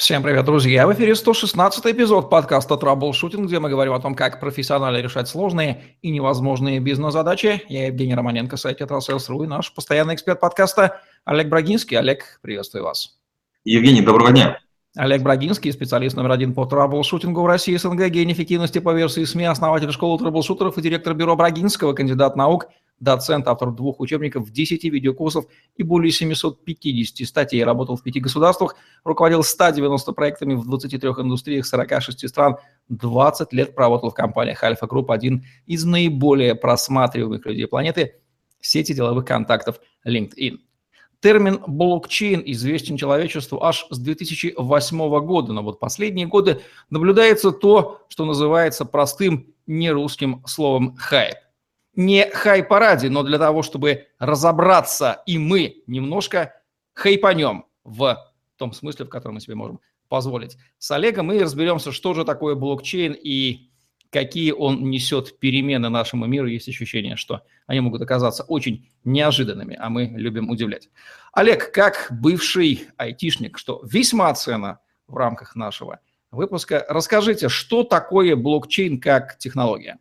Всем привет, друзья! В эфире 116-й эпизод подкаста «Траблшутинг», где мы говорим о том, как профессионально решать сложные и невозможные бизнес-задачи. Я Евгений Романенко, сайт «Тетрасселс.ру» и наш постоянный эксперт подкаста Олег Брагинский. Олег, приветствую вас. Евгений, доброго дня. Олег Брагинский, специалист номер 1 по траблшутингу в России, СНГ, гений эффективности по версии СМИ, основатель школы траблшутеров и директор бюро Брагинского, кандидат наук, доцент, автор 2 учебников, 10 видеокурсов и более 750 статей. Работал в 5 государствах, руководил 190 проектами в 23 индустриях 46 стран, 20 лет проработал в компаниях Альфа Групп, один из наиболее просматриваемых людей планеты, сети деловых контактов LinkedIn. Термин блокчейн известен человечеству аж с 2008 года, но вот последние годы наблюдается то, что называется простым нерусским словом «хайп». Не хайп-параде, но для того, чтобы разобраться и мы немножко хайпанем в том смысле, в котором мы себе можем позволить. С Олегом мы разберемся, что же такое блокчейн и какие он несет перемены нашему миру. Есть ощущение, что они могут оказаться очень неожиданными, а мы любим удивлять. Олег, как бывший айтишник, что весьма ценно в рамках нашего выпуска, расскажите, что такое блокчейн как технология?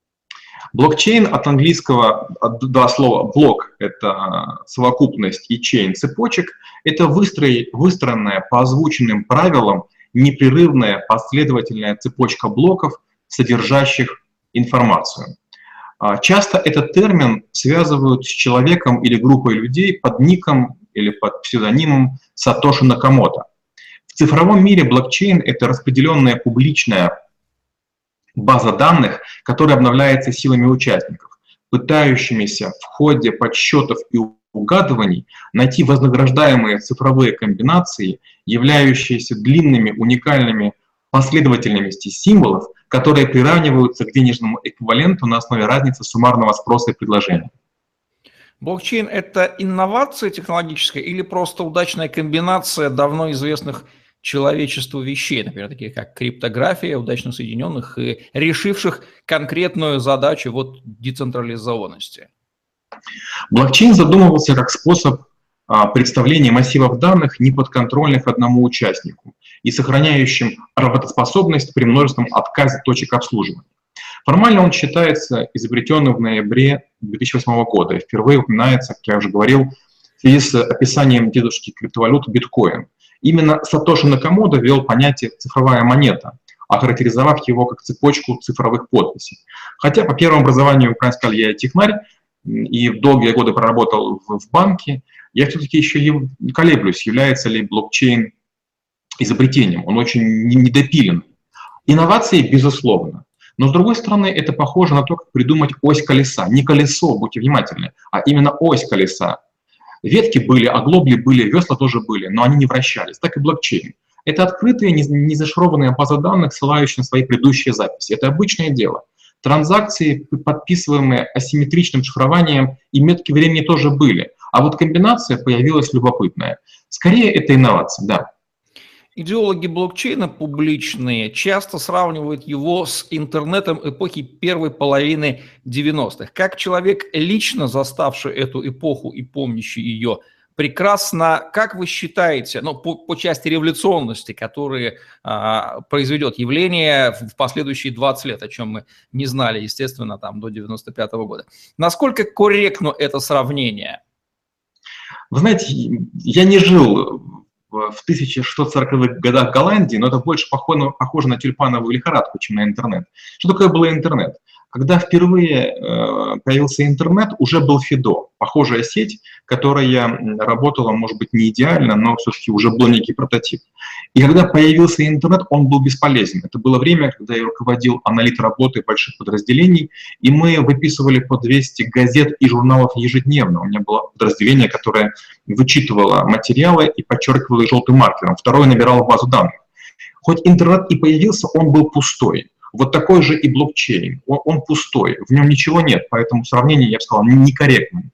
Блокчейн от английского два слова. Блок – это совокупность, и чейн – цепочек. Это выстроенная по озвученным правилам непрерывная последовательная цепочка блоков, содержащих информацию. Часто этот термин связывают с человеком или группой людей под ником или под псевдонимом Сатоши Накамото. В цифровом мире блокчейн – это распределенная публичная база данных, которая обновляется силами участников, пытающимися в ходе подсчетов и угадываний найти вознаграждаемые цифровые комбинации, являющиеся длинными уникальными последовательностями символов, которые приравниваются к денежному эквиваленту на основе разницы суммарного спроса и предложения. Блокчейн – это инновация технологическая или просто удачная комбинация давно известных человечеству вещей, например, такие как криптография, удачно соединенных и решивших конкретную задачу вот децентрализованности? Блокчейн задумывался как способ представления массивов данных, неподконтрольных одному участнику и сохраняющим работоспособность при множественном отказе точек обслуживания. Формально он считается изобретенным в ноябре 2008 года и впервые упоминается, как я уже говорил, в связи с описанием дедушки криптовалют биткоин. Именно Сатоши Накамото ввел понятие «цифровая монета», охарактеризовав его как цепочку цифровых подписей. Хотя по первому образованию, правильно сказали, я технарь, и в долгие годы проработал в банке, я все-таки еще и колеблюсь, является ли блокчейн изобретением. Он очень недопилен. Инновации, безусловно. Но, с другой стороны, это похоже на то, как придумать ось колеса. Не колесо, будьте внимательны, а именно ось колеса. Ветки были, оглобли были, весла тоже были, но они не вращались. Так и блокчейн. Это открытая, не зашифрованная база данных, ссылающая на свои предыдущие записи. Это обычное дело. Транзакции, подписываемые асимметричным шифрованием, и метки времени тоже были. А вот комбинация появилась любопытная. Скорее, это инновация, да. Идеологи блокчейна публичные часто сравнивают его с интернетом эпохи первой половины 90-х. Как человек, лично заставший эту эпоху и помнящий ее прекрасно, как вы считаете, по части революционности, которые произведет явление в последующие 20 лет, о чем мы не знали, естественно, там до 95 года, насколько корректно это сравнение? Вы знаете, я не жил в 1640-х годах в Голландии, но это больше похоже на тюльпановую лихорадку, чем на интернет. Что такое был интернет? Когда впервые появился интернет, уже был Фидо, похожая сеть, которая работала, может быть, не идеально, но все-таки уже был некий прототип. И когда появился интернет, он был бесполезен. Это было время, когда я руководил аналит-работой больших подразделений, и мы выписывали по 200 газет и журналов ежедневно. У меня было подразделение, которое вычитывало материалы и подчеркивало желтым маркером. Второе набирало базу данных. Хоть интернет и появился, он был пустой. Вот такой же и блокчейн. Он пустой, в нем ничего нет, поэтому сравнение, я бы сказал, некорректным.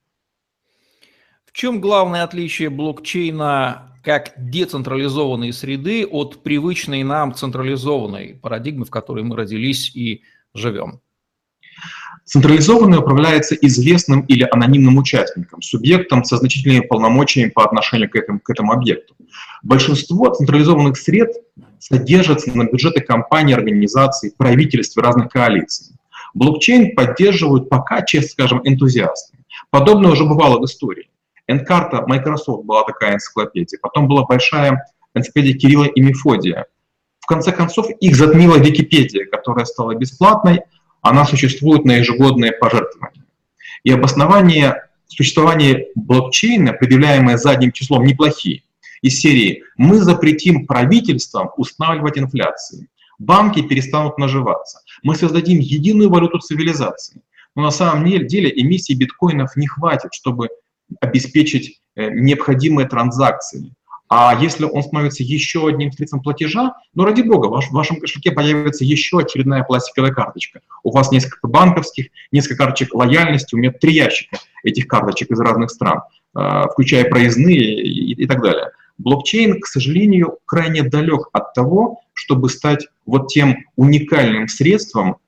В чем главное отличие блокчейна как децентрализованной среды от привычной нам централизованной парадигмы, в которой мы родились и живем? Централизованное управляется известным или анонимным участником, субъектом со значительными полномочиями по отношению к этому объекту. Большинство централизованных средств содержатся на бюджеты компаний, организаций, правительств и разных коалиций. Блокчейн поддерживают пока, честно скажем, энтузиасты. Подобное уже бывало в истории. Энкарта Microsoft была такая энциклопедия, потом была большая энциклопедия Кирилла и Мефодия. В конце концов, их затмила Википедия, которая стала бесплатной, она существует на ежегодные пожертвования. И обоснование существования блокчейна, предъявляемое задним числом, неплохие. Из серии «Мы запретим правительствам устанавливать инфляцию, банки перестанут наживаться, мы создадим единую валюту цивилизации». Но на самом деле эмиссии биткоинов не хватит, чтобы обеспечить необходимые транзакции. А если он становится еще одним средством платежа, ну ради бога, в вашем кошельке появится еще очередная пластиковая карточка. У вас несколько банковских, несколько карточек лояльности, у меня 3 ящика этих карточек из разных стран, включая проездные и так далее. Блокчейн, к сожалению, крайне далек от того, чтобы стать вот тем уникальным средством,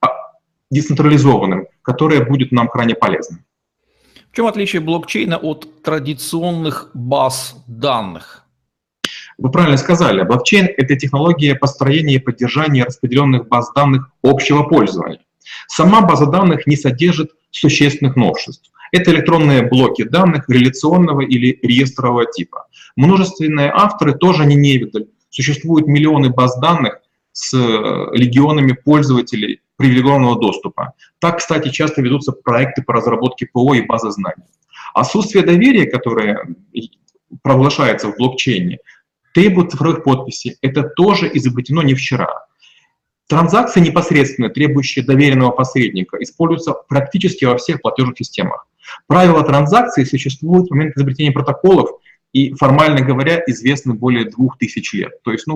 децентрализованным, которое будет нам крайне полезным. В чем отличие блокчейна от традиционных баз данных? Вы правильно сказали, блокчейн — это технология построения и поддержания распределенных баз данных общего пользования. Сама база данных не содержит существенных новшеств. Это электронные блоки данных реляционного или реестрового типа. Множественные авторы тоже не невидаль. Существуют миллионы баз данных с легионами пользователей привилегированного доступа. Так, кстати, часто ведутся проекты по разработке ПО и базы знаний. Отсутствие доверия, которое провозглашается в блокчейне, требует цифровых подписей. Это тоже изобретено не вчера. Транзакции непосредственно, требующие доверенного посредника, используются практически во всех платежных системах. Правила транзакций существуют в момент изобретения протоколов и, формально говоря, известны более 2000 лет. То есть,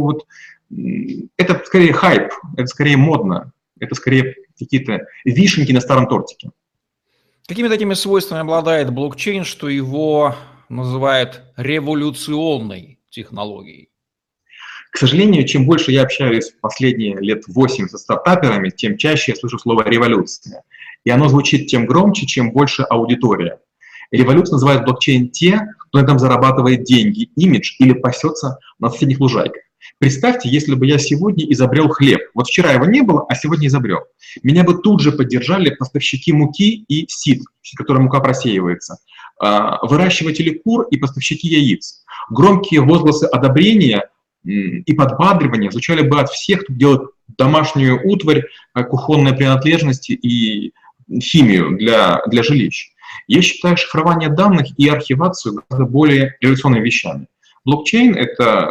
это скорее хайп, это скорее модно, это скорее какие-то вишенки на старом тортике. Какими такими свойствами обладает блокчейн, что его называют революционной технологией? К сожалению, чем больше я общаюсь последние лет 8 со стартаперами, тем чаще я слышу слово «революция». И оно звучит тем громче, чем больше аудитория. Революция называют блокчейн те, кто на этом зарабатывает деньги, имидж или пасется на соседних лужайках. Представьте, если бы я сегодня изобрел хлеб. Вот вчера его не было, а сегодня изобрел. Меня бы тут же поддержали поставщики муки и сит, через которые мука просеивается, выращиватели кур и поставщики яиц. Громкие возгласы одобрения и подбадривания звучали бы от всех, кто делает домашнюю утварь, кухонные принадлежности и химию для жилищ. Я считаю шифрование данных и архивацию гораздо более революционными вещами. Блокчейн — это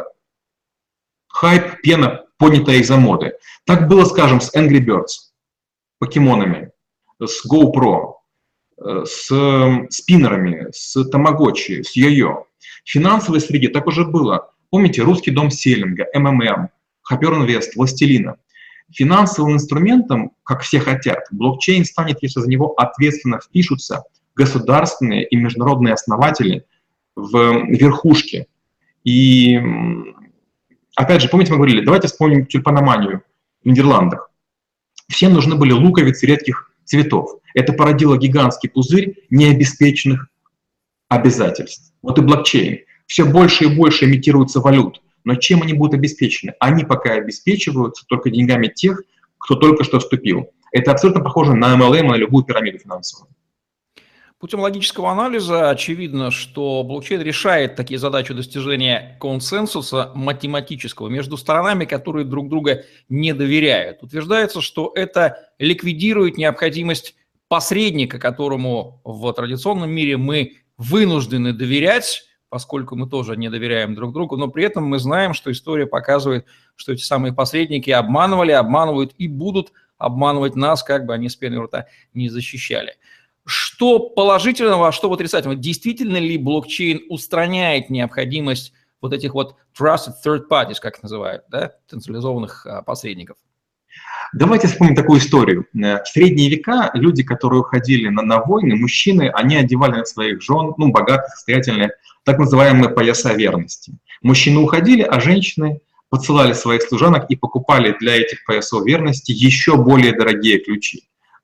хайп, пена, поднятая из-за моды. Так было, скажем, с Angry Birds, покемонами, с GoPro, с спиннерами, с тамагочи, с йо-йо. В финансовой среде так уже было. Помните, русский дом селлинга, МММ, Хопер Инвест, Властелина. Финансовым инструментом, как все хотят, блокчейн станет, если за него ответственно впишутся государственные и международные основатели в верхушке. И опять же, помните, мы говорили, давайте вспомним тюльпаноманию в Нидерландах. Всем нужны были луковицы редких цветов. Это породило гигантский пузырь необеспеченных обязательств. Вот и блокчейн. Все больше и больше имитируются валют. Но чем они будут обеспечены? Они пока обеспечиваются только деньгами тех, кто только что вступил. Это абсолютно похоже на MLM, на любую пирамиду финансовую. Путем логического анализа очевидно, что блокчейн решает такие задачи достижения консенсуса математического между сторонами, которые друг друга не доверяют. Утверждается, что это ликвидирует необходимость посредника, которому в традиционном мире мы вынуждены доверять, поскольку мы тоже не доверяем друг другу, но при этом мы знаем, что история показывает, что эти самые посредники обманывали, обманывают и будут обманывать нас, как бы они с пеной у рта не защищали. Что положительного, а что отрицательного? Действительно ли блокчейн устраняет необходимость вот этих вот trusted third parties, как их называют, да, централизованных посредников? Давайте вспомним такую историю. В средние века люди, которые уходили на войны, мужчины, они одевали на своих жен, богатых, состоятельных, так называемые пояса верности. Мужчины уходили, а женщины подсылали своих служанок и покупали для этих поясов верности еще более дорогие ключи.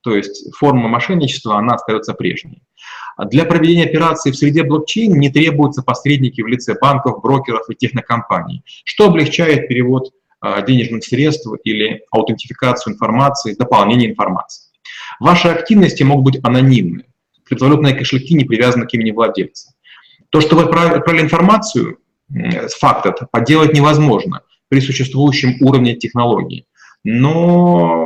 То есть форма мошенничества, она остается прежней. Для проведения операций в среде блокчейн не требуются посредники в лице банков, брокеров и технокомпаний, что облегчает перевод денежных средств или аутентификацию информации, дополнение информации. Ваши активности могут быть анонимны. Криптовалютные кошельки не привязаны к имени владельца. То, что вы отправили информацию, факт это, подделать невозможно при существующем уровне технологий. Но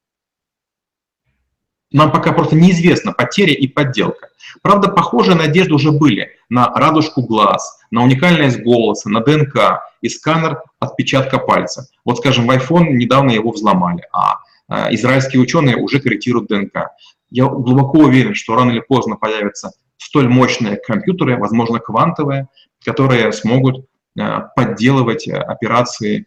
нам пока просто неизвестна потеря и подделка. Правда, похожие надежды уже были на радужку глаз, на уникальность голоса, на ДНК и сканер отпечатка пальца. Вот, скажем, в iPhone недавно его взломали, а израильские ученые уже корректируют ДНК. Я глубоко уверен, что рано или поздно появятся столь мощные компьютеры, возможно, квантовые, которые смогут подделывать операции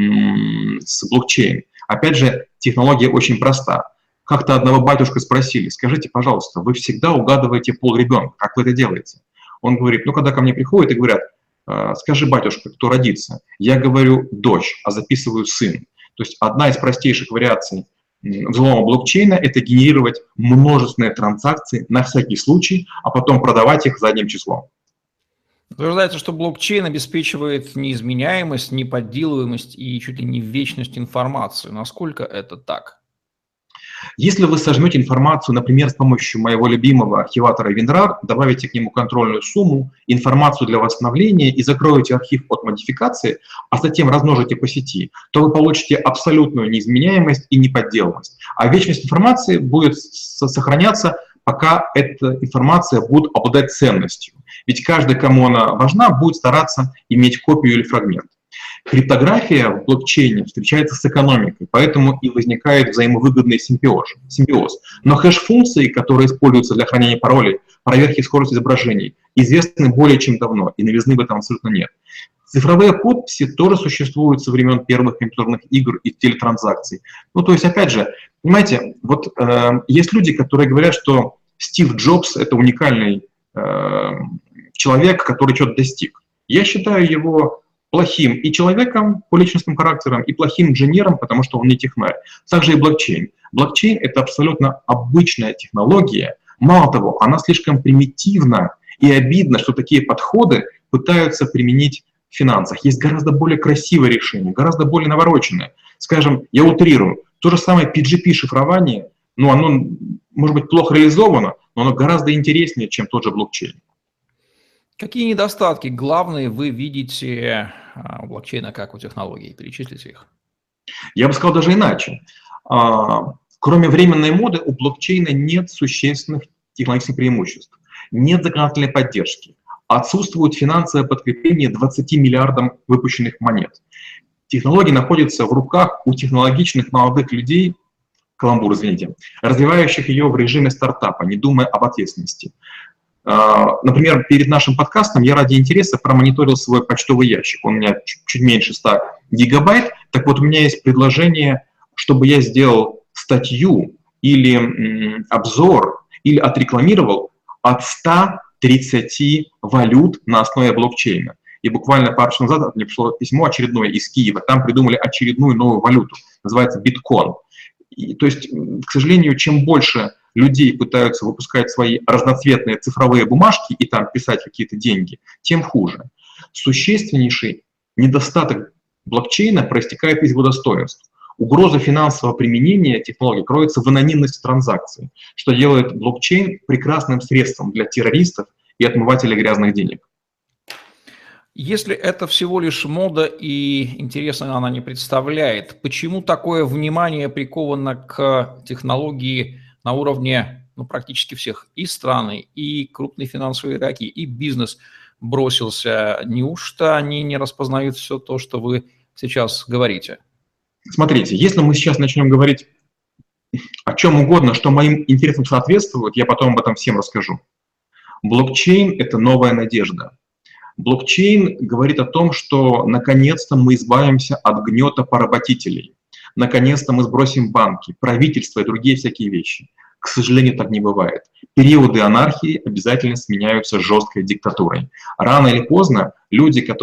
с блокчейн. Опять же, технология очень проста. Как-то одного батюшка спросили: скажите, пожалуйста, вы всегда угадываете пол ребенка, как вы это делаете? Он говорит: ну, когда ко мне приходят и говорят: скажи, батюшка, кто родится? Я говорю: дочь, а записываю сын. То есть одна из простейших вариаций взлома блокчейна — это генерировать множественные транзакции на всякий случай, а потом продавать их задним числом. Утверждается, что блокчейн обеспечивает неизменяемость, неподделываемость и чуть ли не вечность информации. Насколько это так? Если вы сожмете информацию, например, с помощью моего любимого архиватора WinRAR, добавите к нему контрольную сумму, информацию для восстановления и закроете архив от модификации, а затем размножите по сети, то вы получите абсолютную неизменяемость и неподделанность. А вечность информации будет сохраняться, пока эта информация будет обладать ценностью. Ведь каждый, кому она важна, будет стараться иметь копию или фрагмент. Криптография в блокчейне встречается с экономикой, поэтому и возникает взаимовыгодный симбиоз. Но хэш-функции, которые используются для хранения паролей, проверки скорости изображений, известны более чем давно, и новизны в этом абсолютно нет. Цифровые подписи тоже существуют со времен первых компьютерных игр и телетранзакций. Ну, то есть, опять же, понимаете, вот есть люди, которые говорят, что Стив Джобс — это уникальный человек, который что-то достиг. Я считаю его плохим и человеком по личностным характерам, и плохим инженером, потому что он не технарь. Также и блокчейн. Блокчейн — это абсолютно обычная технология. Мало того, она слишком примитивна, и обидно, что такие подходы пытаются применить в финансах. Есть гораздо более красивое решение, гораздо более навороченное. Скажем, я утрирую, то же самое PGP-шифрование, ну, оно, может быть, плохо реализовано, но оно гораздо интереснее, чем тот же блокчейн. Какие недостатки главные вы видите у блокчейна как у технологий? Перечислите их. Я бы сказал даже иначе. Кроме временной моды, у блокчейна нет существенных технологических преимуществ, нет законодательной поддержки, отсутствует финансовое подкрепление 20 миллиардам выпущенных монет. Технология находится в руках у технологичных молодых людей, каламбур, извините, развивающих ее в режиме стартапа, не думая об ответственности. Например, перед нашим подкастом я ради интереса промониторил свой почтовый ящик. Он у меня чуть меньше 100 гигабайт. Так вот, у меня есть предложение, чтобы я сделал статью или обзор, или отрекламировал от 130 валют на основе блокчейна. И буквально пару часов назад мне пришло письмо очередное из Киева. Там придумали очередную новую валюту. Называется биткоин. То есть, к сожалению, чем больше людей пытаются выпускать свои разноцветные цифровые бумажки и там писать какие-то деньги, тем хуже. Существеннейший недостаток блокчейна проистекает из его достоинств. Угроза финансового применения технологий кроется в анонимности транзакций, что делает блокчейн прекрасным средством для террористов и отмывателей грязных денег. Если это всего лишь мода и интересно она не представляет, почему такое внимание приковано к технологии на уровне практически всех и страны, и крупные финансовые игроки, и бизнес бросился? Неужто они не распознают все то, что вы сейчас говорите? Смотрите, если мы сейчас начнем говорить о чем угодно, что моим интересам соответствует, я потом об этом всем расскажу. Блокчейн — это новая надежда. Блокчейн говорит о том, что наконец-то мы избавимся от гнета поработителей. Наконец-то мы сбросим банки, правительство и другие всякие вещи. К сожалению, так не бывает. Периоды анархии обязательно сменяются жесткой диктатурой. Рано или поздно люди, которых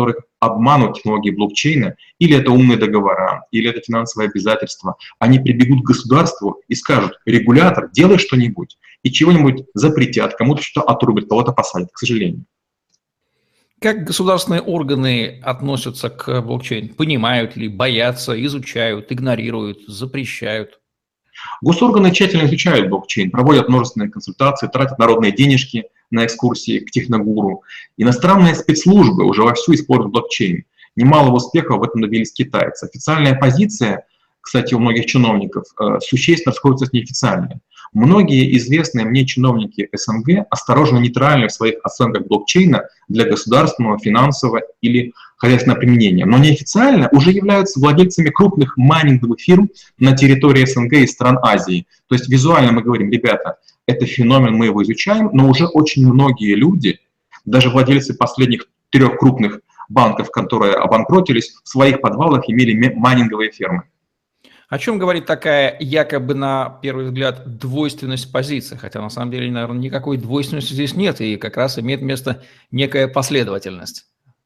обманут технологии блокчейна, или это умные договора, или это финансовые обязательства, они прибегут к государству и скажут: регулятор, делай что-нибудь, и чего-нибудь запретят, кому-то что-то отрубят, кого-то посадят, к сожалению. Как государственные органы относятся к блокчейну? Понимают ли, боятся, изучают, игнорируют, запрещают? Госорганы тщательно изучают блокчейн, проводят множественные консультации, тратят народные денежки на экскурсии к техногуру. Иностранные спецслужбы уже вовсю используют блокчейн. Немалого успеха в этом добились китайцы. Официальная позиция, кстати, у многих чиновников, существенно расходится с неофициальной. Многие известные мне чиновники СНГ осторожно нейтральны в своих оценках блокчейна для государственного, финансового или хозяйственного применения, но неофициально уже являются владельцами крупных майнинговых фирм на территории СНГ и стран Азии. То есть визуально мы говорим: ребята, это феномен, мы его изучаем, но уже очень многие люди, даже владельцы последних 3 крупных банков, которые обанкротились, в своих подвалах имели майнинговые фермы. О чем говорит такая якобы на первый взгляд двойственность позиций? Хотя на самом деле, наверное, никакой двойственности здесь нет, и как раз имеет место некая последовательность.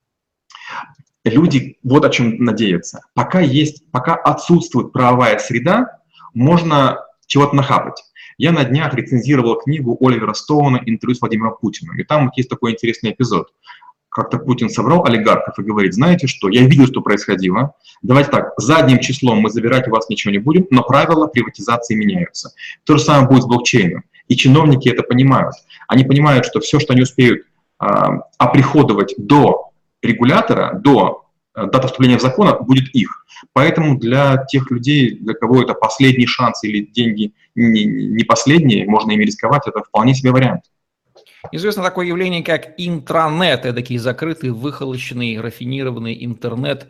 Люди вот о чем надеются. Пока отсутствует правовая среда, можно чего-то нахапать. Я на днях рецензировал книгу Оливера Стоуна «Интервью с Владимиром Путиным». И там есть такой интересный эпизод. Как-то Путин собрал олигархов и говорит: знаете что, я видел, что происходило. Давайте так, задним числом мы забирать у вас ничего не будем, но правила приватизации меняются. То же самое будет с блокчейном. И чиновники это понимают. Они понимают, что все, что они успеют оприходовать до регулятора, до даты вступления в закон, будет их. Поэтому для тех людей, для кого это последний шанс или деньги не последние, можно ими рисковать, это вполне себе вариант. Известно такое явление, как интранет, эдакий закрытый, выхолощенный, рафинированный интернет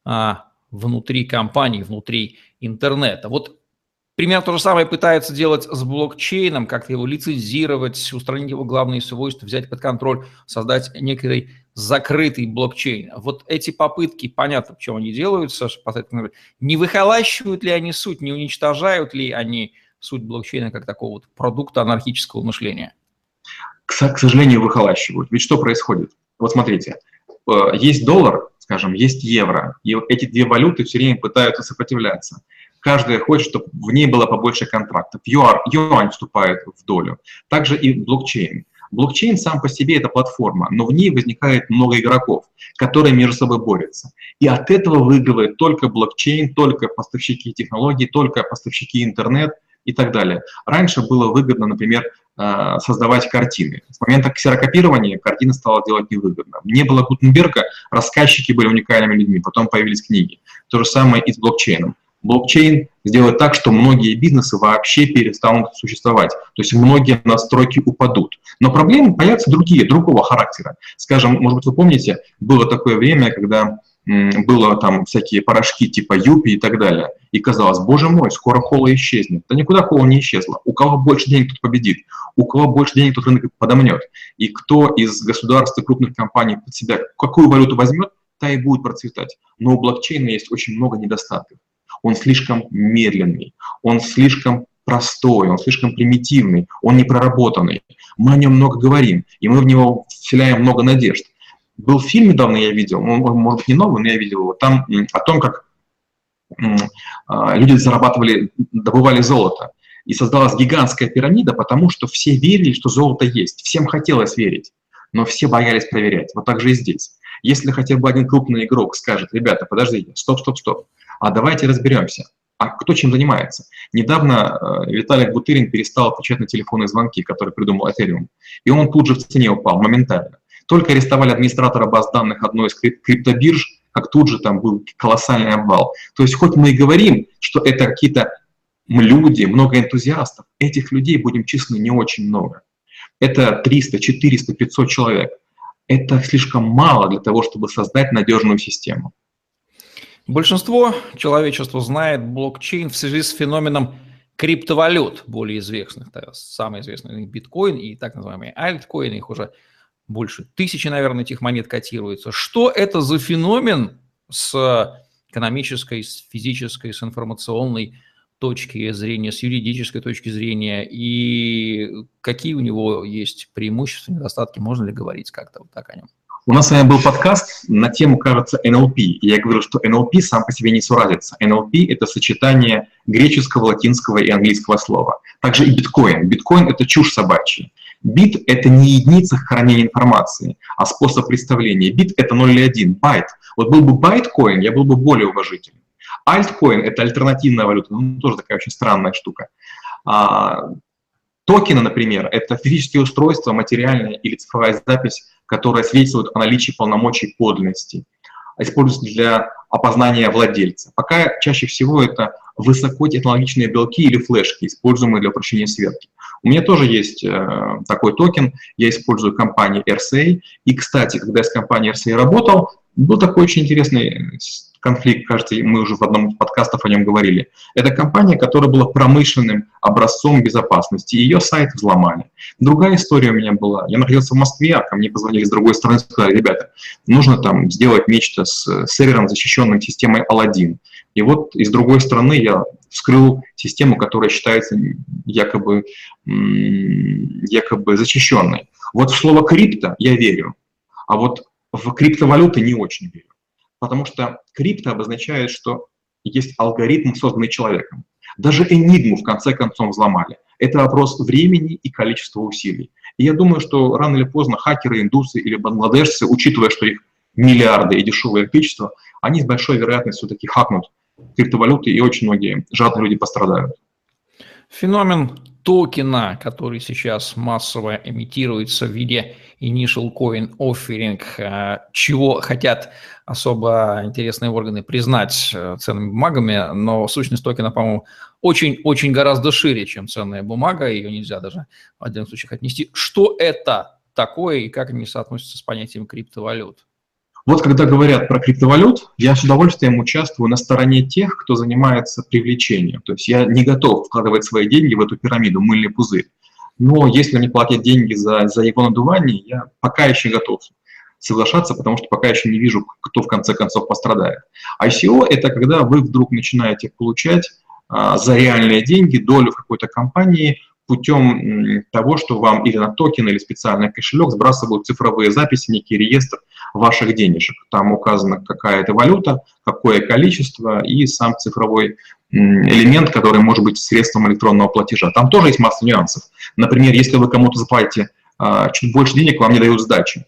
внутри компании, внутри интернета. Вот примерно то же самое пытается делать с блокчейном, как-то его лицензировать, устранить его главные свойства, взять под контроль, создать некий закрытый блокчейн. Вот эти попытки, понятно, почему они делаются, не выхолащивают ли они суть, не уничтожают ли они суть блокчейна как такого вот продукта анархического мышления? К сожалению, выхолащивают. Ведь что происходит? Вот смотрите, есть доллар, скажем, есть евро, и эти две валюты все время пытаются сопротивляться. Каждая хочет, чтобы в ней было побольше контрактов. Юань вступает в долю. Также и блокчейн. Блокчейн сам по себе это платформа, но в ней возникает много игроков, которые между собой борются. И от этого выигрывает только блокчейн, только поставщики технологий, только поставщики интернет и так далее. Раньше было выгодно, например, создавать картины. С момента ксерокопирования картины стало делать невыгодно. Не было Гутенберга, рассказчики были уникальными людьми, потом появились книги. То же самое и с блокчейном. Блокчейн сделает так, что многие бизнесы вообще перестанут существовать. То есть многие настройки упадут. Но проблемы появятся другого характера. Скажем, может быть, вы помните, было такое время, когда было там всякие порошки типа Юпи и так далее. И казалось: боже мой, скоро кола исчезнет. Да никуда кола не исчезла. У кого больше денег, тот победит. У кого больше денег, тот рынок подомнет. И кто из государств и крупных компаний под себя какую валюту возьмет, та и будет процветать. Но у блокчейна есть очень много недостатков. Он слишком медленный, он слишком простой, он слишком примитивный, он непроработанный. Мы о нем много говорим, и мы в него вселяем много надежд. Был фильм недавно, я видел, он, может быть, не новый, но я видел его, там о том, как люди добывали золото. И создалась гигантская пирамида, потому что все верили, что золото есть. Всем хотелось верить, но все боялись проверять. Вот так же и здесь. Если хотя бы один крупный игрок скажет: ребята, подождите, стоп, а давайте разберемся. А кто чем занимается? Недавно Виталик Бутерин перестал отвечать на телефонные звонки, которые придумал Ethereum. И он тут же в цене упал, моментально. Только арестовали администратора баз данных одной из криптобирж, как тут же там был колоссальный обвал. То есть хоть мы и говорим, что это какие-то люди, много энтузиастов, этих людей, будем честны, не очень много. Это 300, 400, 500 человек. Это слишком мало для того, чтобы создать надежную систему. Большинство человечества знает блокчейн в связи с феноменом криптовалют, более известных. Самый известный биткоин и так называемые альткоины, их уже больше 1000, наверное, этих монет котируется. Что это за феномен с экономической, с физической, с информационной точки зрения, с юридической точки зрения, и какие у него есть преимущества, недостатки, можно ли говорить как-то вот так о нем? У нас с вами был подкаст на тему, кажется, NLP. И я говорил, что NLP сам по себе не суразится. NLP — это сочетание греческого, латинского и английского слова. Также и биткоин. Биткоин — это чушь собачья. Бит — это не единица хранения информации, а способ представления. Бит — это 0 или 1, байт. Вот был бы байткоин, я был бы более уважительным. Альткоин — это альтернативная валюта, ну, тоже такая очень странная штука. Токены, например, это физические устройства, материальная или цифровая запись, которая свидетельствует о наличии полномочий подлинности, используются для опознания владельца. Пока чаще всего это высокотехнологичные белки или флешки, используемые для упрощения сверки. У меня тоже есть такой токен, я использую компанию RSA. И, кстати, когда я с компанией RSA работал, был такой очень интересный конфликт, кажется, мы уже в одном из подкастов о нем говорили. Это компания, которая была промышленным образцом безопасности, ее сайт взломали. Другая история у меня была. Я находился в Москве, а ко мне позвонили с другой стороны и сказали: ребята, нужно там сделать нечто с сервером, защищенным системой Aladdin. И вот из другой стороны я вскрыл систему, которая считается якобы защищенной. Вот в слово крипто я верю, а вот в криптовалюты не очень верю. Потому что крипто обозначает, что есть алгоритм, созданный человеком. Даже энигму в конце концов взломали. Это вопрос времени и количества усилий. И я думаю, что рано или поздно хакеры, индусы или бангладешцы, учитывая, что их миллиарды и дешевое электричество, они с большой вероятностью все-таки хакнут криптовалюты, и очень многие жадные люди пострадают. Феномен токена, который сейчас массово эмитируется в виде Initial Coin Offering, чего хотят особо интересные органы признать ценными бумагами, но сущность токена, по-моему, очень гораздо шире, чем ценная бумага, ее нельзя даже в отдельных случаях отнести. Что это такое и как они соотносятся с понятием криптовалют? Вот когда говорят про криптовалют, я с удовольствием участвую на стороне тех, кто занимается привлечением. То есть я не готов вкладывать свои деньги в эту пирамиду, мыльный пузырь. Но если они платят деньги за его надувание, я пока еще готов соглашаться, потому что пока еще не вижу, кто в конце концов пострадает. ICO – это когда вы вдруг начинаете получать за реальные деньги долю в какой-то компании путем того, что вам или на токен, или специальный кошелек сбрасывают цифровые записи, некий реестр ваших денежек. Там указана какая-то валюта, какое количество и сам цифровой элемент, который может быть средством электронного платежа. Там тоже есть масса нюансов. Например, если вы кому-то заплатите чуть больше денег, вам не дают сдачи.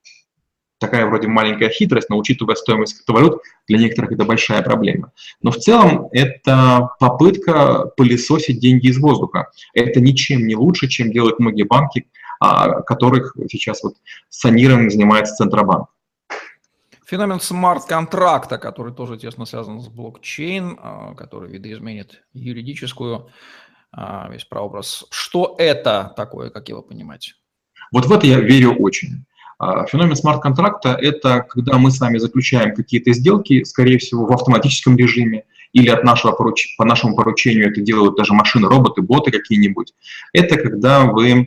Такая вроде маленькая хитрость, но учитывая стоимость криптовалют, для некоторых это большая проблема. Но в целом это попытка пылесосить деньги из воздуха. Это ничем не лучше, чем делают многие банки, которых сейчас вот санированием занимается Центробанк. Феномен смарт-контракта, который тоже тесно связан с блокчейн, который видоизменит юридическую весь прообраз. Что это такое, как его понимать? Вот в это я верю очень. Феномен смарт-контракта – это когда мы сами заключаем какие-то сделки, скорее всего, в автоматическом режиме, или по нашему поручению это делают даже машины, роботы, боты какие-нибудь. Это когда вы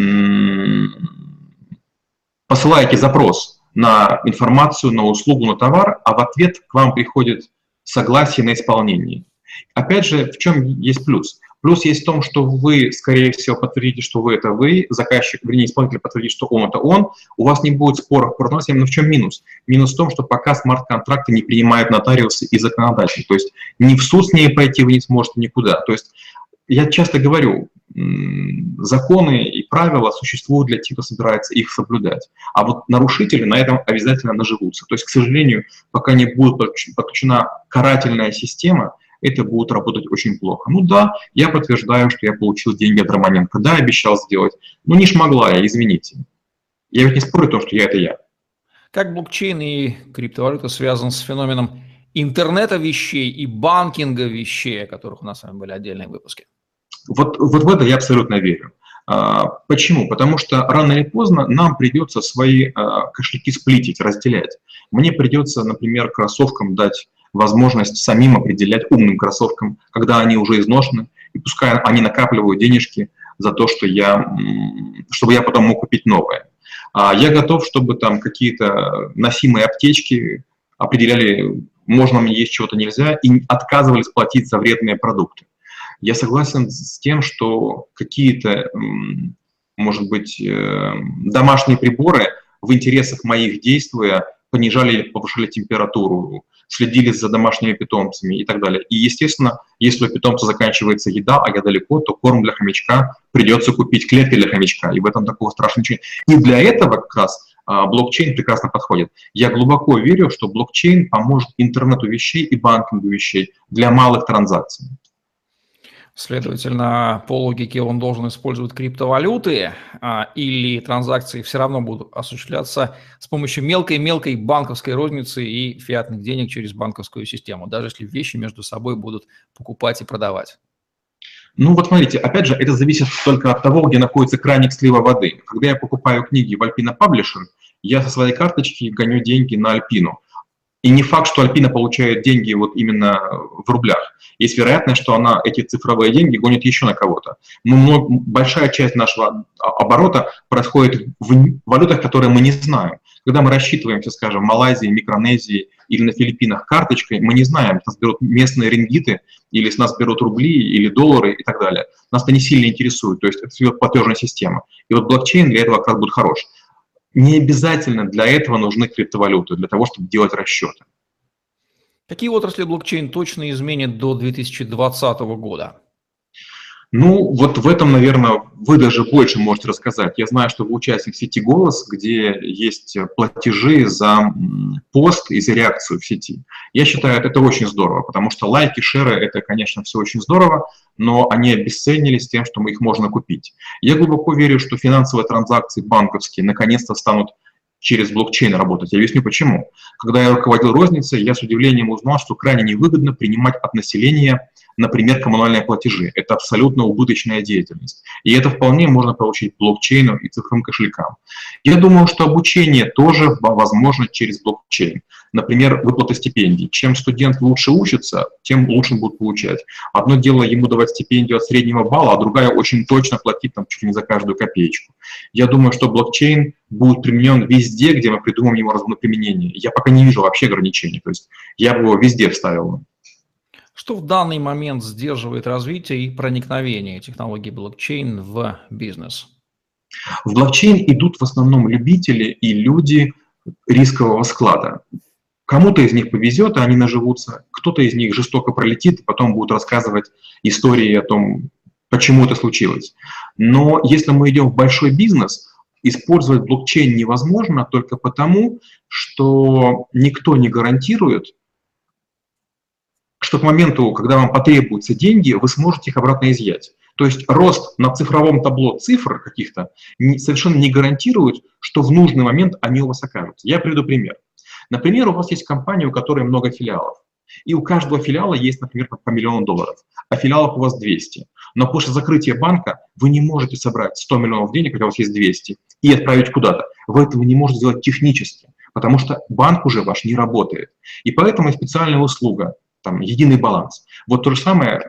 посылаете запрос на информацию, на услугу, на товар, а в ответ к вам приходит согласие на исполнение. Опять же, в чем есть плюс? Плюс есть в том, что вы, скорее всего, подтвердите, что вы – это вы, заказчик, вернее, исполнитель подтвердит, что он – это он, у вас не будет споров по но в чем минус? Минус в том, что пока смарт-контракты не принимают нотариусы и законодатели, то есть ни в суд с ней пойти вы не сможете никуда. То есть я часто говорю, законы и правила существуют для тех, кто собирается их соблюдать, а вот нарушители на этом обязательно наживутся. То есть, к сожалению, пока не будет подключена карательная система, это будет работать очень плохо. Ну да, я подтверждаю, что я получил деньги от Романенко. Да, обещал сделать. Ну не шмогла я, извините. Я ведь не спорю о том, что я – это я. Как блокчейн и криптовалюта связаны с феноменом интернета вещей и банкинга вещей, о которых у нас с вами были отдельные выпуски? Вот в это я абсолютно верю. Почему? Потому что рано или поздно нам придется свои кошельки сплитить, разделять. Мне придется, например, кроссовкам дать возможность самим определять, умным кроссовкам, когда они уже изношены, и пускай они накапливают денежки за то, чтобы я потом мог купить новое. Я готов, чтобы там какие-то носимые аптечки определяли, можно мне есть, чего-то нельзя, и отказывались платить за вредные продукты. Я согласен с тем, что какие-то, может быть, домашние приборы в интересах моих действия понижали или повышали температуру, следили за домашними питомцами и так далее. И, естественно, если у питомца заканчивается еда, а я далеко, то корм для хомячка придется купить, клетки для хомячка, и в этом такого страшного ничего нет. И для этого как раз блокчейн прекрасно подходит. Я глубоко верю, что блокчейн поможет интернету вещей и банкингу вещей для малых транзакций. Следовательно, по логике он должен использовать криптовалюты, или транзакции все равно будут осуществляться с помощью мелкой банковской розницы и фиатных денег через банковскую систему, даже если вещи между собой будут покупать и продавать. Ну вот смотрите, опять же, это зависит только от того, где находится краник слива воды. Когда я покупаю книги в Alpina Publishing, я со своей карточки гоню деньги на Альпину. И не факт, что Альпина получает деньги вот именно в рублях. Есть вероятность, что она эти цифровые деньги гонит еще на кого-то. Но большая часть нашего оборота происходит в валютах, которые мы не знаем. Когда мы рассчитываемся, скажем, в Малайзии, Микронезии или на Филиппинах карточкой, мы не знаем, с нас берут местные рингиты, или с нас берут рубли, или доллары и так далее. Нас это не сильно интересует, то есть это платежная система. И вот блокчейн для этого как раз будет хорош. Не обязательно для этого нужны криптовалюты, для того, чтобы делать расчеты. Какие отрасли блокчейн точно изменит до 2020 года? Ну, вот в этом, наверное, вы даже больше можете рассказать. Я знаю, что вы участник сети «Голос», где есть платежи за пост и за реакцию в сети. Я считаю, это очень здорово, потому что лайки, шеры — это, конечно, все очень здорово, но они обесценились тем, что их можно купить. Я глубоко верю, что финансовые транзакции банковские наконец-то станут через блокчейн работать. Я объясню почему. Когда я руководил розницей, я с удивлением узнал, что крайне невыгодно принимать от населения, например, коммунальные платежи. Это абсолютно убыточная деятельность. И это вполне можно получить блокчейну и цифровым кошелькам. Я думаю, что обучение тоже возможно через блокчейн. Например, выплата стипендий. Чем студент лучше учится, тем лучше он будет получать. Одно дело ему давать стипендию от среднего балла, а другая очень точно платить там чуть ли не за каждую копеечку. Я думаю, что блокчейн будет применен везде, где мы придумаем его разумное применение. Я пока не вижу вообще ограничений. То есть я бы его везде вставил. Что в данный момент сдерживает развитие и проникновение технологий блокчейн в бизнес? В блокчейн идут в основном любители и люди рискового склада. Кому-то из них повезет, и они наживутся, кто-то из них жестоко пролетит, и потом будут рассказывать истории о том, почему это случилось. Но если мы идем в большой бизнес, использовать блокчейн невозможно только потому, что никто не гарантирует, что к моменту, когда вам потребуются деньги, вы сможете их обратно изъять. То есть рост на цифровом табло цифр каких-то совершенно не гарантирует, что в нужный момент они у вас окажутся. Я приведу пример. Например, у вас есть компания, у которой много филиалов. И у каждого филиала есть, например, по $1 миллион, а филиалов у вас 200. Но после закрытия банка вы не можете собрать 100 миллионов денег, хотя у вас есть 200, и отправить куда-то. Вы этого не можете сделать технически, потому что банк уже ваш не работает. И поэтому есть специальная услуга, там, единый баланс. Вот то же самое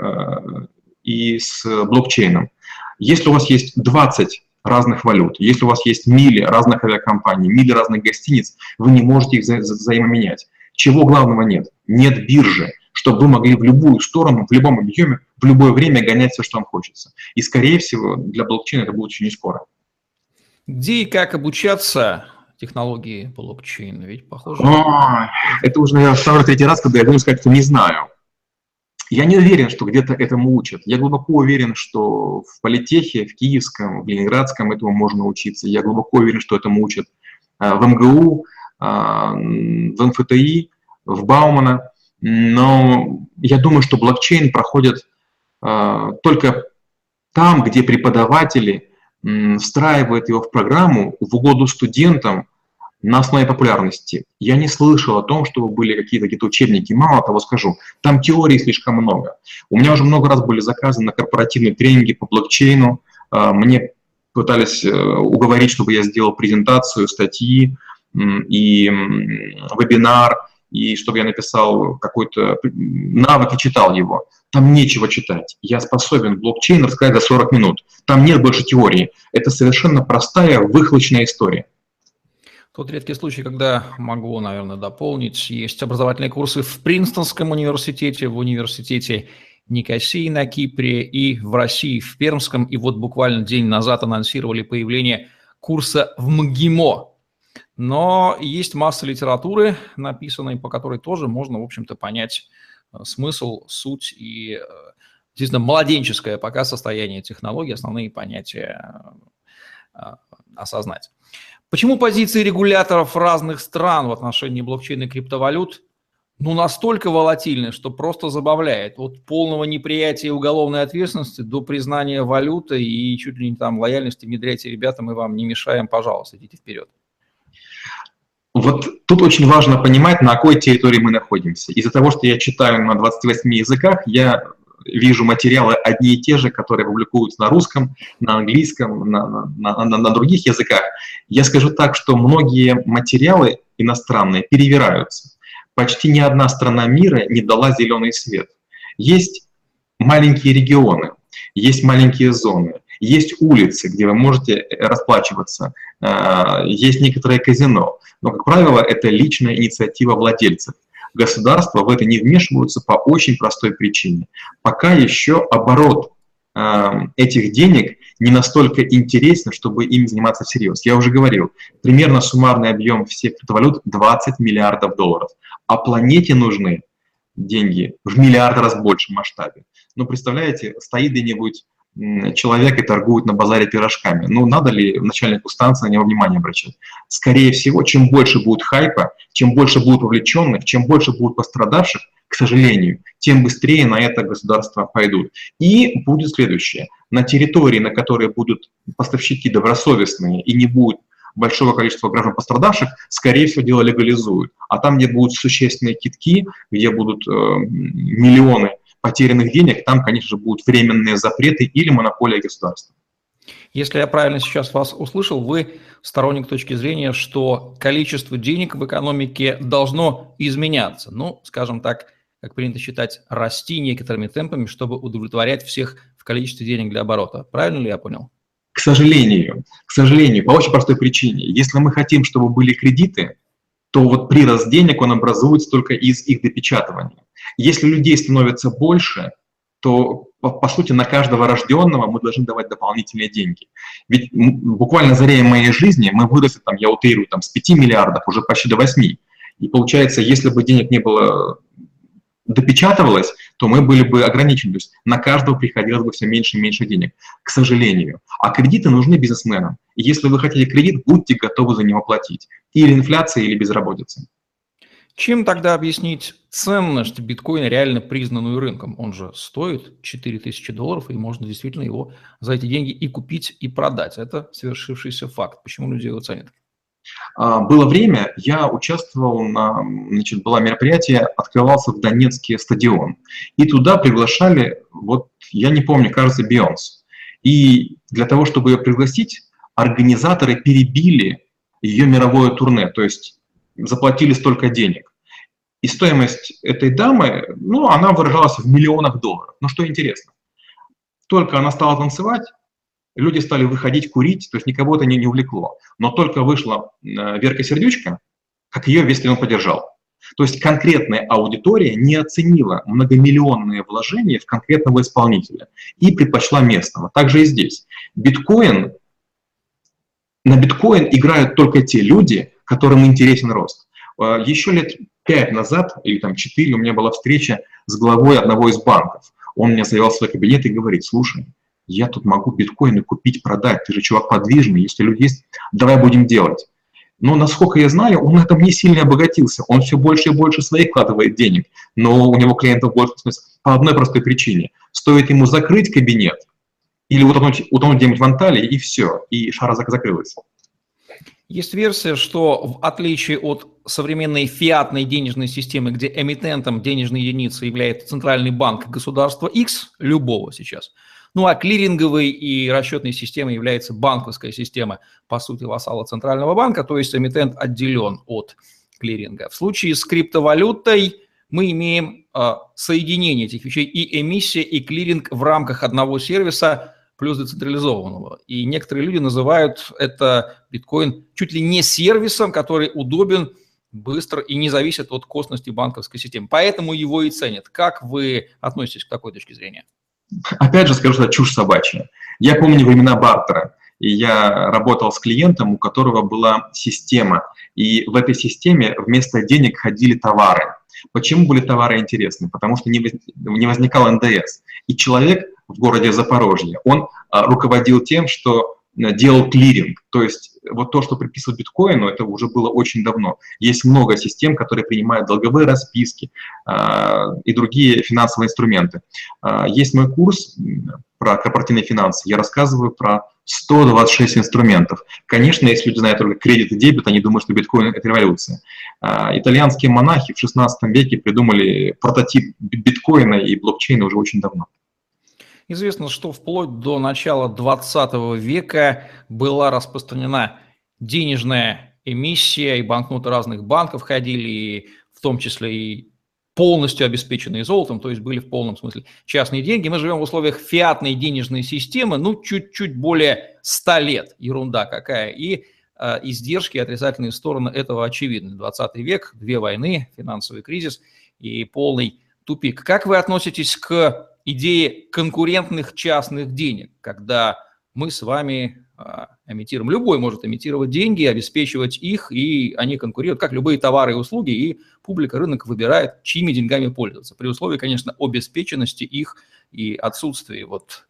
и с блокчейном. Если у вас есть 20 разных валют, если у вас есть мили разных авиакомпаний, мили разных гостиниц, вы не можете их взаимоменять. Чего главного нет? Нет биржи, чтобы вы могли в любую сторону, в любом объеме, в любое время гонять все, что вам хочется. И, скорее всего, для блокчейна это будет очень не скоро. Где и как обучаться технологии блокчейн? Ведь похоже... Это уже, наверное, второй, третий раз, когда я буду сказать, что не знаю. Я не уверен, что где-то этому учат. Я глубоко уверен, что в политехе, в Киевском, в Ленинградском этому можно учиться. Я глубоко уверен, что этому учат в МГУ, в МФТИ, в Баумана. Но я думаю, что блокчейн проходит только там, где преподаватели встраивают его в программу в угоду студентам на основе популярности. Я не слышал о том, чтобы были какие-то учебники. Мало того скажу, там теории слишком много. У меня уже много раз были заказы на корпоративные тренинги по блокчейну. Мне пытались уговорить, чтобы я сделал презентацию, статьи и вебинар, и чтобы я написал какой-то навык и читал его. Там нечего читать. Я способен блокчейн рассказать за 40 минут. Там нет больше теории. Это совершенно простая, выхлочная история. Тот редкий случай, когда могу, наверное, дополнить, есть образовательные курсы в Принстонском университете, в университете Никосии на Кипре и в России, в Пермском. И вот буквально день назад анонсировали появление курса в МГИМО. Но есть масса литературы, написанной, по которой тоже можно, в общем-то, понять смысл, суть и, действительно, младенческое пока состояние технологий, основные понятия осознать. Почему позиции регуляторов разных стран в отношении блокчейна и криптовалют настолько волатильны, что просто забавляет? От полного неприятия уголовной ответственности до признания валюты и чуть ли не там лояльности внедряйте, ребята, мы вам не мешаем, пожалуйста, идите вперед. Вот тут очень важно понимать, на какой территории мы находимся. Из-за того, что я читаю на 28 языках, я вижу материалы одни и те же, которые публикуются на русском, на английском, на других языках. Я скажу так, что многие материалы иностранные перевираются. Почти ни одна страна мира не дала зеленый свет. Есть маленькие регионы, есть маленькие зоны, есть улицы, где вы можете расплачиваться, есть некоторые казино. Но, как правило, это личная инициатива владельцев. Государства в это не вмешиваются по очень простой причине. Пока еще оборот этих денег не настолько интересен, чтобы им заниматься всерьез. Я уже говорил, примерно суммарный объем всех криптовалют 20 миллиардов долларов. А планете нужны деньги в миллиард раз большем масштабе. Ну, представляете, стоит где-нибудь человек и торгует на базаре пирожками. Ну, надо ли начальнику станции на него внимание обращать? Скорее всего, чем больше будет хайпа, чем больше будет вовлеченных, чем больше будет пострадавших, к сожалению, тем быстрее на это государства пойдут. И будет следующее. На территории, на которой будут поставщики добросовестные и не будет большого количества граждан пострадавших, скорее всего, дело легализуют. А там, где будут существенные китки, где будут миллионы потерянных денег, там, конечно же, будут временные запреты или монополия государства. Если я правильно сейчас вас услышал, вы сторонник точки зрения, что количество денег в экономике должно изменяться. Ну, скажем так, как принято считать, расти некоторыми темпами, чтобы удовлетворять всех в количестве денег для оборота. Правильно ли я понял? К сожалению, по очень простой причине. Если мы хотим, чтобы были кредиты, то вот прирост денег, он образуется только из их допечатывания. Если людей становится больше, то, по сути, на каждого рожденного мы должны давать дополнительные деньги. Ведь буквально за время моей жизни мы выросли, там, я утрирую, там, с 5 миллиардов уже почти до 8. И получается, если бы денег не было допечатывалось, то мы были бы ограничены. То есть на каждого приходилось бы все меньше и меньше денег, к сожалению. А кредиты нужны бизнесменам. И если вы хотите кредит, будьте готовы за него платить. Или инфляция, или безработица. Чем тогда объяснить ценность биткоина, реально признанную рынком? Он же стоит $4000, и можно действительно его за эти деньги и купить, и продать. Это свершившийся факт. Почему люди его ценят? Было время, я участвовал было мероприятие, открывался в Донецке стадион. И туда приглашали, вот я не помню, кажется, Бейонсе. И для того, чтобы ее пригласить, организаторы перебили ее мировое турне, то есть заплатили столько денег. И стоимость этой дамы, она выражалась в миллионах долларов. Но что интересно, только она стала танцевать, люди стали выходить курить, то есть никого это не увлекло. Но только вышла Верка Сердючка, как ее весь стадион поддержал. То есть конкретная аудитория не оценила многомиллионные вложения в конкретного исполнителя и предпочла местного. Также и здесь. На биткоин играют только те люди, которым интересен рост. Еще лет 5 назад, или там 4, у меня была встреча с главой одного из банков. Он меня завел в свой кабинет и говорит: слушай, я тут могу биткоины купить, продать, ты же чувак подвижный, если люди есть, давай будем делать. Но, насколько я знаю, он на этом не сильно обогатился, он все больше и больше своих вкладывает денег, но у него клиентов больше, в смысле, по одной простой причине. Стоит ему закрыть кабинет или утонуть где-нибудь в Анталии, и все, и шара закрылась. Есть версия, что в отличие от современной фиатной денежной системы, где эмитентом денежной единицы является центральный банк государства X, любого сейчас, а клиринговой и расчетной системой является банковская система, по сути, вассала центрального банка, то есть эмитент отделен от клиринга. В случае с криптовалютой мы имеем соединение этих вещей, и эмиссия, и клиринг в рамках одного сервиса, плюс децентрализованного. И некоторые люди называют это биткоин чуть ли не сервисом, который удобен, быстро и не зависит от косности банковской системы. Поэтому его и ценят. Как вы относитесь к такой точке зрения? Опять же скажу, что это чушь собачья. Я помню времена бартера. и я работал с клиентом, у которого была система, и в этой системе вместо денег ходили товары. Почему были товары интересны? Потому что не возникал НДС. И человек в городе Запорожье, он руководил тем, что делал клиринг. То есть вот то, что приписывал биткоину, это уже было очень давно. Есть много систем, которые принимают долговые расписки и другие финансовые инструменты. Есть мой курс про корпоративные финансы. Я рассказываю про 126 инструментов. Конечно, если люди знают только кредит и дебет, они думают, что биткоин – это революция. Итальянские монахи в 16 веке придумали прототип биткоина и блокчейна уже очень давно. Известно, что вплоть до начала 20 века была распространена денежная эмиссия, и банкноты разных банков ходили, и в том числе и полностью обеспеченные золотом, то есть были в полном смысле частные деньги. Мы живем в условиях фиатной денежной системы, ну, чуть-чуть более 100 лет, ерунда какая, и издержки, отрицательные стороны этого очевидны. 20 век, 2 войны, финансовый кризис и полный тупик. Как вы относитесь к идее конкурентных частных денег, когда мы с вами эмитируем, любой может эмитировать деньги, обеспечивать их, и они конкурируют, как любые товары и услуги, и публика, рынок выбирает, чьими деньгами пользоваться, при условии, конечно, обеспеченности их и отсутствии. Вот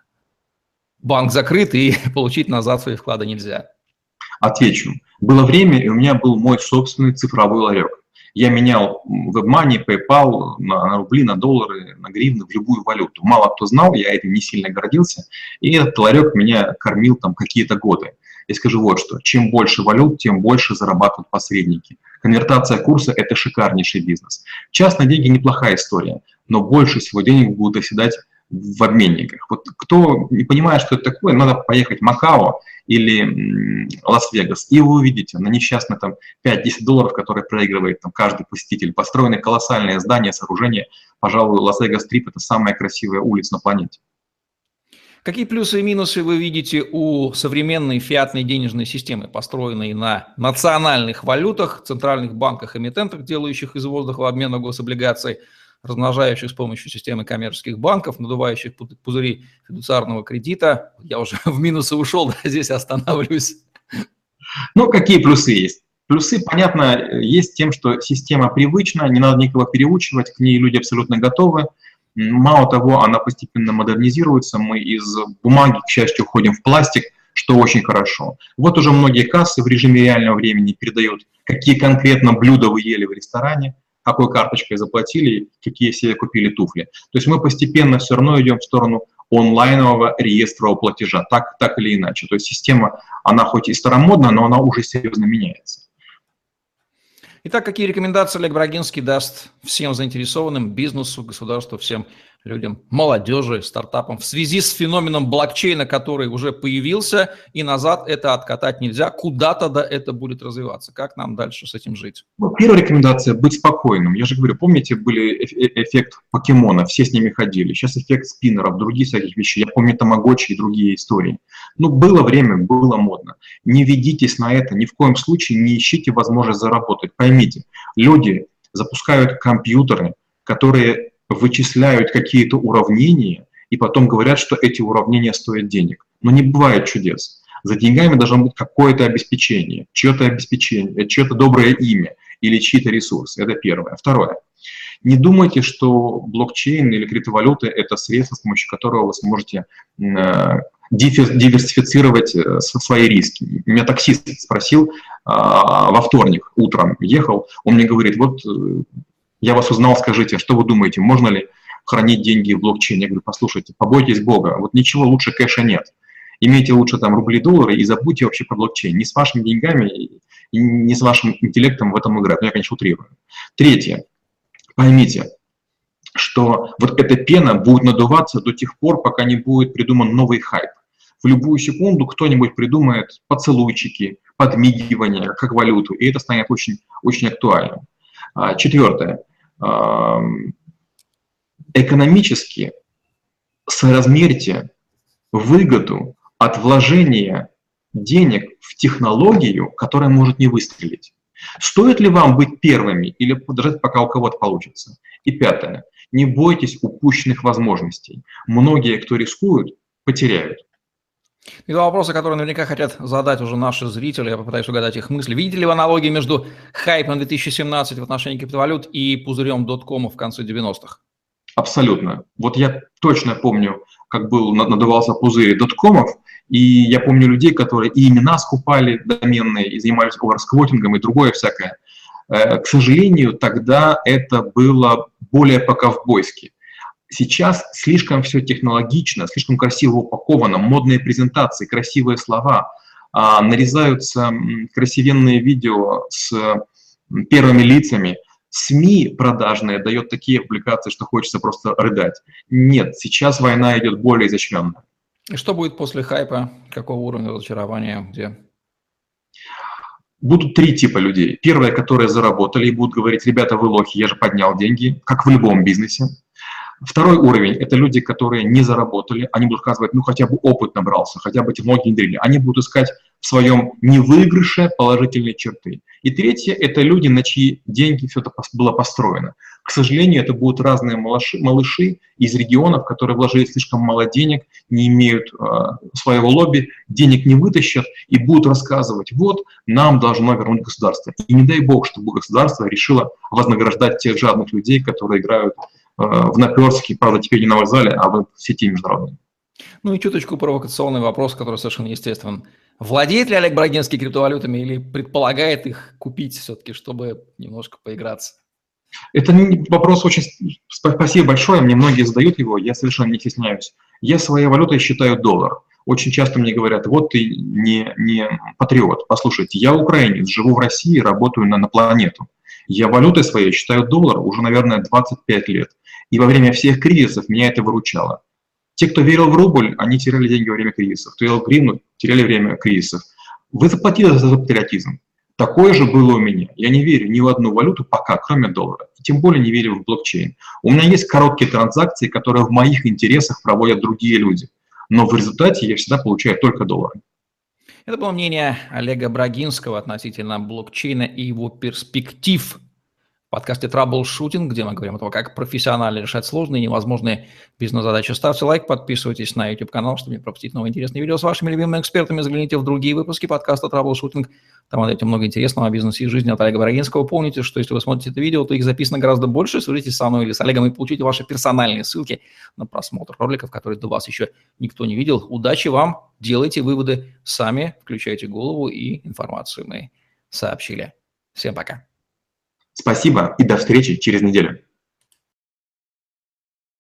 банк закрыт, и получить назад свои вклады нельзя. Отвечу. Было время, и у меня был мой собственный цифровой ларек. Я менял WebMoney, PayPal на рубли, на доллары, на гривны, в любую валюту. Мало кто знал, я этим не сильно гордился. И этот ларек меня кормил там какие-то годы. Я скажу вот что. Чем больше валют, тем больше зарабатывают посредники. Конвертация курса – это шикарнейший бизнес. Частные деньги – неплохая история, но больше всего денег будут оседать в обменниках. Вот кто не понимает, что это такое, надо поехать в Макао или Лас-Вегас, и вы увидите на несчастные там 5-10 долларов, которые проигрывает там каждый посетитель. Построены колоссальные здания, сооружения. Пожалуй, Лас-Вегас-Стрип – это самая красивая улица на планете. Какие плюсы и минусы вы видите у современной фиатной денежной системы, построенной на национальных валютах, центральных банках, эмитентах, делающих из воздуха обмен гособлигаций, размножающих с помощью системы коммерческих банков, надувающих пузыри фидуциарного кредита? Я уже в минусы ушел, да, здесь останавливаюсь. Ну, какие плюсы есть? Плюсы, понятно, есть тем, что система привычна, не надо никого переучивать, к ней люди абсолютно готовы. Мало того, она постепенно модернизируется, мы из бумаги, к счастью, уходим в пластик, что очень хорошо. Вот уже многие кассы в режиме реального времени передают, какие конкретно блюда вы ели в ресторане, какой карточкой заплатили, какие себе купили туфли. То есть мы постепенно все равно идем в сторону онлайнового реестрового платежа, так или иначе. То есть система, она хоть и старомодна, но она уже серьезно меняется. Итак, какие рекомендации Олег Брагинский даст всем заинтересованным, бизнесу, государству, всем людям, молодежи, стартапам в связи с феноменом блокчейна, который уже появился, и назад это откатать нельзя, куда-то да это будет развиваться. Как нам дальше с этим жить? Ну, первая рекомендация – быть спокойным. Я же говорю, помните, были эффект покемона, все с ними ходили. Сейчас эффект спиннеров, другие всяких вещей. Я помню тамагочи и другие истории. Ну, было время, было модно. Не ведитесь на это, ни в коем случае не ищите возможность заработать. Поймите, люди запускают компьютеры, которые вычисляют какие-то уравнения и потом говорят, что эти уравнения стоят денег. Но не бывает чудес. За деньгами должно быть какое-то обеспечение, чье-то доброе имя или чьи-то ресурсы. Это первое. Второе. Не думайте, что блокчейн или криптовалюта – это средство, с помощью которого вы сможете диверсифицировать свои риски. Меня таксист спросил во вторник утром, ехал, он мне говорит, вот я вас узнал, скажите, что вы думаете, можно ли хранить деньги в блокчейне? Я говорю, послушайте, побойтесь Бога, вот ничего лучше кэша нет. Имейте лучше там рубли, доллары и забудьте вообще про блокчейн. Не с вашими деньгами и не с вашим интеллектом в этом играть. Я, конечно, утрирую. Третье. Поймите, что вот эта пена будет надуваться до тех пор, пока не будет придуман новый хайп. В любую секунду кто-нибудь придумает поцелуйчики, подмигивания, как валюту, и это станет очень, очень актуальным. Четвертое. Экономически соразмерьте выгоду от вложения денег в технологию, которая может не выстрелить. Стоит ли вам быть первыми или подождать, пока у кого-то получится? И пятое. Не бойтесь упущенных возможностей. Многие, кто рискуют, потеряют. И два вопроса, которые наверняка хотят задать уже наши зрители, я попытаюсь угадать их мысли. Видите ли вы аналогии между хайпом 2017 в отношении криптовалют и пузырем доткома в конце 90-х? Абсолютно. Вот я точно помню, как надувался пузырь доткомов, и я помню людей, которые и имена скупали доменные, и занимались оверсквотингом, и другое всякое. К сожалению, тогда это было более по-ковбойски. Сейчас слишком все технологично, слишком красиво упаковано, модные презентации, красивые слова, нарезаются красивенные видео с первыми лицами. СМИ продажные дает такие публикации, что хочется просто рыдать. Нет, сейчас война идет более изощренно. И что будет после хайпа? Какого уровня разочарования? Где? Будут три типа людей. Первые, которые заработали и будут говорить: ребята, вы лохи, я же поднял деньги, как в любом бизнесе. Второй уровень – это люди, которые не заработали, они будут сказать, ну хотя бы опыт набрался, хотя бы технологии внедрили. Они будут искать в своем невыигрыше положительные черты. И третье – это люди, на чьи деньги все это было построено. К сожалению, это будут разные малыши из регионов, которые вложили слишком мало денег, не имеют своего лобби, денег не вытащат и будут рассказывать: вот, нам должно вернуть государство. И не дай бог, чтобы государство решило вознаграждать тех жадных людей, которые играют в наперстке, правда, теперь не на вокзале, а в сети международной. Ну и чуточку провокационный вопрос, который совершенно естествен. Владеет ли Олег Брагинский криптовалютами или предполагает их купить все-таки, чтобы немножко поиграться? Это вопрос очень... Спасибо большое, мне многие задают его, я совершенно не стесняюсь. Я своей валютой считаю доллар. Очень часто мне говорят: вот ты не патриот. Послушайте, я украинец, живу в России, работаю на планету. Я валютой своей считаю доллар уже, наверное, 25 лет. И во время всех кризисов меня это выручало. Те, кто верил в рубль, они теряли деньги во время кризисов. Кто верил в гривну, теряли время кризисов. Вы заплатили за патриотизм. Такое же было у меня. Я не верю ни в одну валюту пока, кроме доллара. И тем более не верю в блокчейн. У меня есть короткие транзакции, которые в моих интересах проводят другие люди. Но в результате я всегда получаю только доллары. Это было мнение Олега Брагинского относительно блокчейна и его перспектив. В подкасте «Траблшутинг», где мы говорим о том, как профессионально решать сложные и невозможные бизнес-задачи. Ставьте лайк, подписывайтесь на YouTube-канал, чтобы не пропустить новые интересные видео с вашими любимыми экспертами. Загляните в другие выпуски подкаста «Траблшутинг». Там найдете много интересного о бизнесе и жизни от Олега Брагинского. Помните, что если вы смотрите это видео, то их записано гораздо больше. Свяжитесь со мной или с Олегом и получите ваши персональные ссылки на просмотр роликов, которые до вас еще никто не видел. Удачи вам, делайте выводы сами, включайте голову, и информацию мы сообщили. Всем пока. Спасибо и до встречи через неделю.